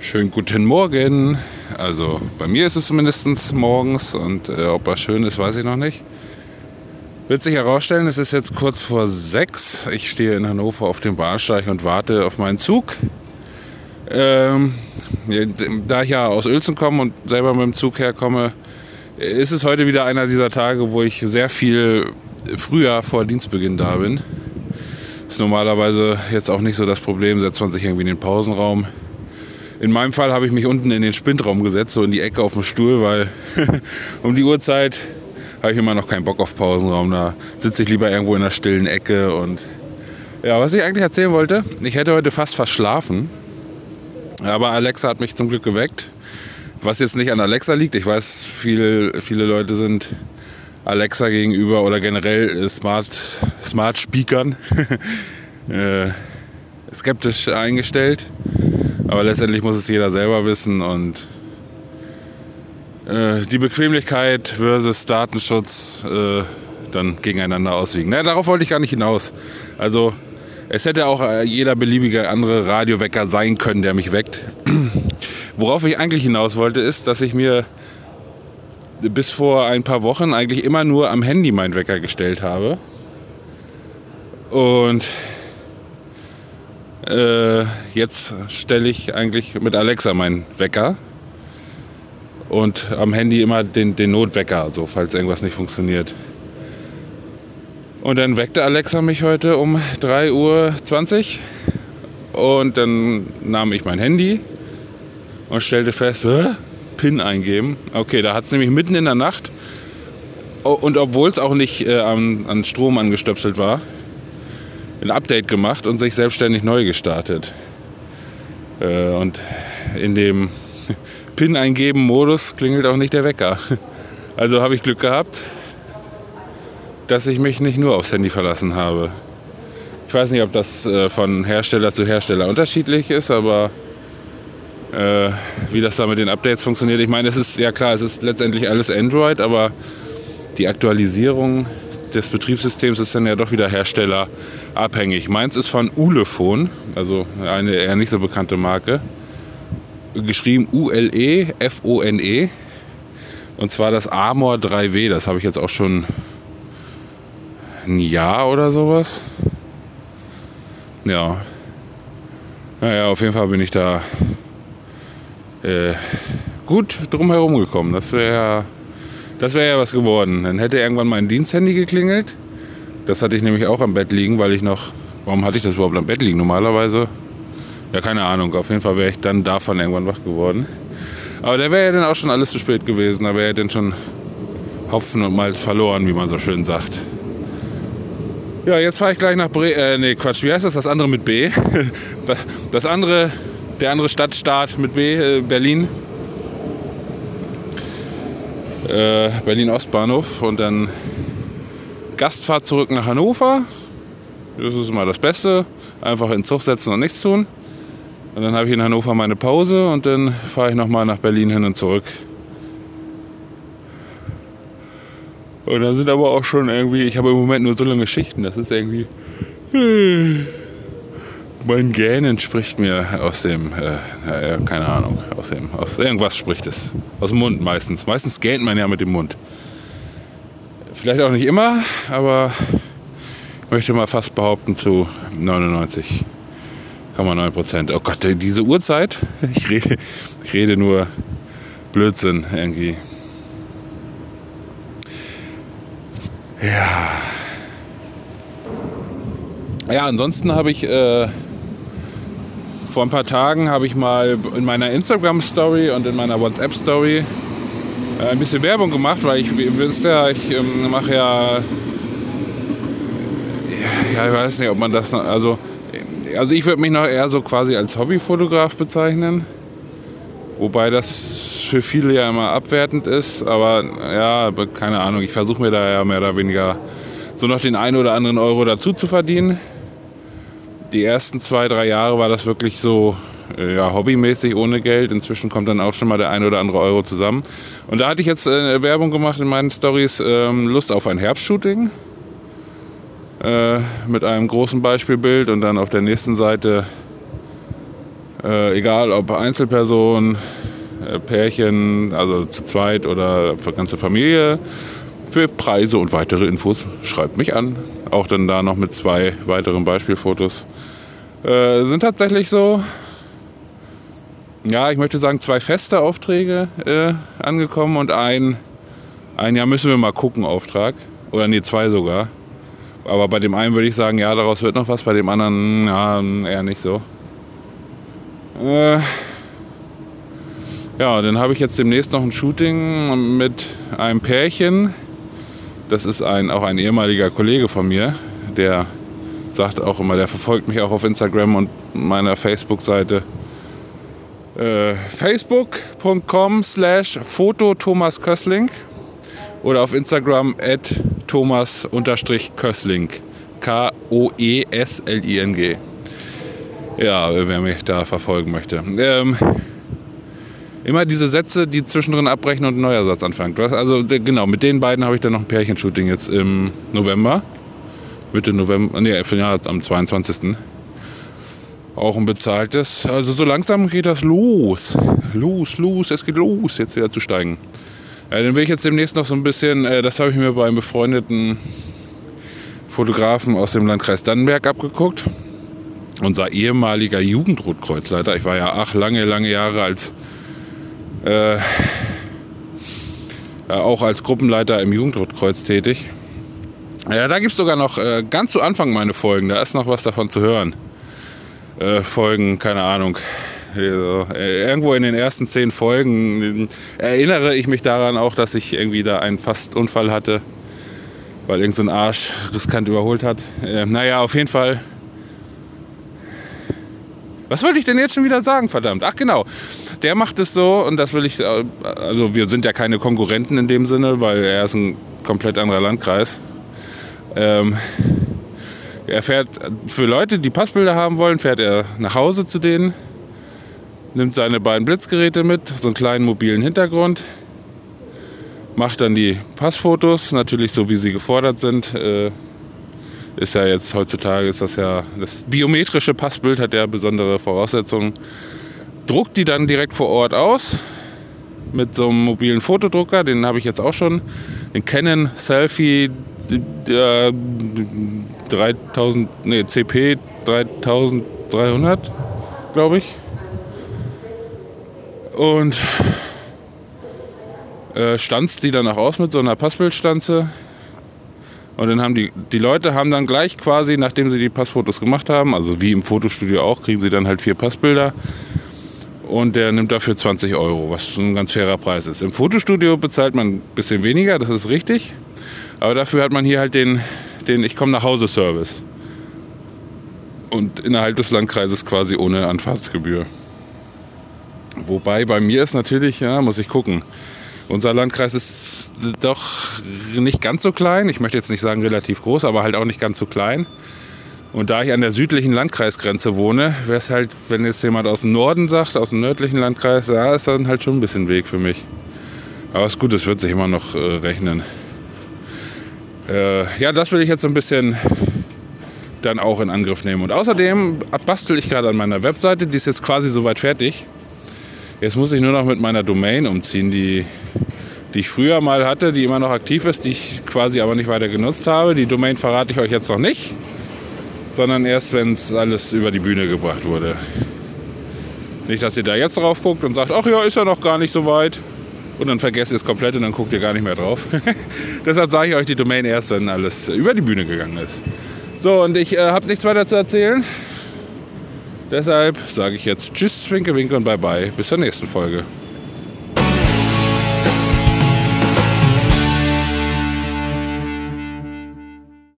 Schönen guten Morgen. Also bei mir ist es zumindest morgens und ob das schön ist, weiß ich noch nicht. Wird sich herausstellen, es ist jetzt kurz vor 6. Ich stehe in Hannover auf dem Bahnsteig und warte auf meinen Zug. Da ich ja aus Uelzen komme und selber mit dem Zug herkomme, ist es heute wieder einer dieser Tage, wo ich sehr viel früher vor Dienstbeginn da bin. Ist normalerweise jetzt auch nicht so das Problem, setzt man sich irgendwie in den Pausenraum. In meinem Fall habe ich mich unten in den Spindraum gesetzt, so in die Ecke auf dem Stuhl, weil um die Uhrzeit habe ich immer noch keinen Bock auf Pausenraum. Da sitze ich lieber irgendwo in einer stillen Ecke. Und ja, was ich eigentlich erzählen wollte, ich hätte heute fast verschlafen, aber Alexa hat mich zum Glück geweckt. Was jetzt nicht an Alexa liegt, ich weiß, viele Leute sind Alexa gegenüber oder generell Smart Speakern skeptisch eingestellt. Aber letztendlich muss es jeder selber wissen und die Bequemlichkeit versus Datenschutz dann gegeneinander auswiegen. Naja, darauf wollte ich gar nicht hinaus. Also es hätte auch jeder beliebige andere Radiowecker sein können, der mich weckt. Worauf ich eigentlich hinaus wollte, ist, dass ich mir bis vor ein paar Wochen eigentlich immer nur am Handy meinen Wecker gestellt habe. Und jetzt stelle ich eigentlich mit Alexa meinen Wecker und am Handy immer den Notwecker, also falls irgendwas nicht funktioniert. Und dann weckte Alexa mich heute um 3:20 Uhr und dann nahm ich mein Handy und stellte fest, PIN eingeben. Okay, da hat es nämlich mitten in der Nacht und obwohl es auch nicht an Strom angestöpselt war, ein Update gemacht und sich selbstständig neu gestartet. Und in dem PIN-Eingeben-Modus klingelt auch nicht der Wecker. Also habe ich Glück gehabt, dass ich mich nicht nur aufs Handy verlassen habe. Ich weiß nicht, ob das von Hersteller zu Hersteller unterschiedlich ist, aber wie das da mit den Updates funktioniert. Ich meine, es ist ja klar, es ist letztendlich alles Android, aber die Aktualisierung des Betriebssystems ist dann ja doch wieder herstellerabhängig. Meins ist von Ulefone, also eine eher nicht so bekannte Marke. Geschrieben Ulefone. Und zwar das Armor 3W. Das habe ich jetzt auch schon ein Jahr oder sowas. Ja. Naja, auf jeden Fall bin ich da gut drum herum gekommen. Das wäre ja was geworden. Dann hätte irgendwann mein Diensthandy geklingelt. Das hatte ich nämlich auch am Bett liegen, weil ich noch... Warum hatte ich das überhaupt am Bett liegen? Normalerweise... Ja, keine Ahnung. Auf jeden Fall wäre ich dann davon irgendwann wach geworden. Aber da wäre ja dann auch schon alles zu spät gewesen. Da wäre ja dann schon Hopfen und Malz verloren, wie man so schön sagt. Ja, jetzt fahre ich gleich nach wie heißt das? Das andere mit B. Der andere Stadtstaat mit B, Berlin. Berlin-Ostbahnhof und dann Gastfahrt zurück nach Hannover. Das ist immer das Beste. Einfach in den Zug setzen und nichts tun. Und dann habe ich in Hannover meine Pause und dann fahre ich nochmal nach Berlin hin und zurück. Und dann sind aber auch schon irgendwie, ich habe im Moment nur so lange Schichten, das ist irgendwie... Mein Gähnen spricht mir aus dem, keine Ahnung, aus irgendwas spricht es. Aus dem Mund meistens. Meistens gähnt man ja mit dem Mund. Vielleicht auch nicht immer, aber ich möchte mal fast behaupten zu 99,9%. Oh Gott, diese Uhrzeit, ich rede nur Blödsinn irgendwie. Ja, ansonsten habe ich... Vor ein paar Tagen habe ich mal in meiner Instagram-Story und in meiner WhatsApp-Story ein bisschen Werbung gemacht, weil ich mache ja, ich weiß nicht, ob man das noch, also ich würde mich noch eher so quasi als Hobbyfotograf bezeichnen, wobei das für viele ja immer abwertend ist, aber ja, keine Ahnung, ich versuche mir da ja mehr oder weniger so noch den einen oder anderen Euro dazu zu verdienen. Die ersten 2-3 Jahre war das wirklich so hobbymäßig ohne Geld. Inzwischen kommt dann auch schon mal der ein oder andere Euro zusammen. Und da hatte ich jetzt Werbung gemacht in meinen Stories, Lust auf ein Herbstshooting mit einem großen Beispielbild und dann auf der nächsten Seite Egal ob Einzelperson, Pärchen, also zu zweit oder für ganze Familie. Für Preise und weitere Infos schreibt mich an. Auch dann da noch mit 2 weiteren Beispielfotos. Sind tatsächlich so, ja, ich möchte sagen, 2 feste Aufträge angekommen und ein ja, müssen wir mal gucken Auftrag. Oder nee, 2 sogar. Aber bei dem einen würde ich sagen, ja, daraus wird noch was, bei dem anderen, ja, eher nicht so. Ja, dann habe ich jetzt demnächst noch ein Shooting mit einem Pärchen. Das ist auch ein ehemaliger Kollege von mir, der sagt auch immer, der verfolgt mich auch auf Instagram und meiner Facebook-Seite. facebook.com/Foto-Thomas-Kössling oder auf Instagram @Thomas_Kössling. Koesling. Ja, wer mich da verfolgen möchte. Immer diese Sätze, die zwischendrin abbrechen und ein neuer Satz anfangen. Also genau, mit den beiden habe ich dann noch ein Pärchenshooting jetzt im November. Mitte November, nee, ja, am 22. Auch ein bezahltes. Also so langsam geht das los. Es geht los, jetzt wieder zu steigen. Dann will ich jetzt demnächst noch so ein bisschen, das habe ich mir beim befreundeten Fotografen aus dem Landkreis Dannenberg abgeguckt. Unser ehemaliger Jugendrotkreuzleiter. Ich war ja lange Jahre als auch als Gruppenleiter im Jugendrotkreuz tätig. Ja, da gibt es sogar noch ganz zu Anfang meine Folgen. Da ist noch was davon zu hören. Folgen, keine Ahnung. Irgendwo in den ersten 10 Folgen erinnere ich mich daran auch, dass ich irgendwie da einen Fast-Unfall hatte, weil irgend so ein Arsch riskant überholt hat. Naja, auf jeden Fall. Was wollte ich denn jetzt schon wieder sagen, verdammt? Ach genau, der macht es so und das will ich, also wir sind ja keine Konkurrenten in dem Sinne, weil er ist ein komplett anderer Landkreis. Er fährt, für Leute, die Passbilder haben wollen, fährt er nach Hause zu denen, nimmt seine beiden Blitzgeräte mit, so einen kleinen mobilen Hintergrund, macht dann die Passfotos, natürlich so wie sie gefordert sind. Ist ja jetzt heutzutage, ist das ja, das biometrische Passbild hat ja besondere Voraussetzungen. Druckt die dann direkt vor Ort aus mit so einem mobilen Fotodrucker, den habe ich jetzt auch schon, den Canon Selfie CP 3300, glaube ich. Und stanzt die dann auch aus mit so einer Passbildstanze. Und dann haben die Leute haben dann gleich quasi, nachdem sie die Passfotos gemacht haben, also wie im Fotostudio auch, kriegen sie dann halt 4 Passbilder. Und der nimmt dafür 20 €, was ein ganz fairer Preis ist. Im Fotostudio bezahlt man ein bisschen weniger, das ist richtig. Aber dafür hat man hier halt den Ich-komme-nach-Hause-Service. Und innerhalb des Landkreises quasi ohne Anfahrtsgebühr. Wobei bei mir ist natürlich, ja, muss ich gucken. Unser Landkreis ist doch nicht ganz so klein. Ich möchte jetzt nicht sagen relativ groß, aber halt auch nicht ganz so klein. Und da ich an der südlichen Landkreisgrenze wohne, wäre es halt, wenn jetzt jemand aus dem Norden sagt, aus dem nördlichen Landkreis, ja, ist dann halt schon ein bisschen Weg für mich. Aber ist gut, es wird sich immer noch rechnen. Ja, das will ich jetzt so ein bisschen dann auch in Angriff nehmen. Und außerdem bastel ich gerade an meiner Webseite, die ist jetzt quasi soweit fertig. Jetzt muss ich nur noch mit meiner Domain umziehen, die ich früher mal hatte, die immer noch aktiv ist, die ich quasi aber nicht weiter genutzt habe. Die Domain verrate ich euch jetzt noch nicht, sondern erst, wenn es alles über die Bühne gebracht wurde. Nicht, dass ihr da jetzt drauf guckt und sagt, ach ja, ist ja noch gar nicht so weit. Und dann vergesst ihr es komplett und dann guckt ihr gar nicht mehr drauf. Deshalb sage ich euch die Domain erst, wenn alles über die Bühne gegangen ist. So, und ich habe nichts weiter zu erzählen. Deshalb sage ich jetzt Tschüss, Winke, Winke und Bye Bye. Bis zur nächsten Folge.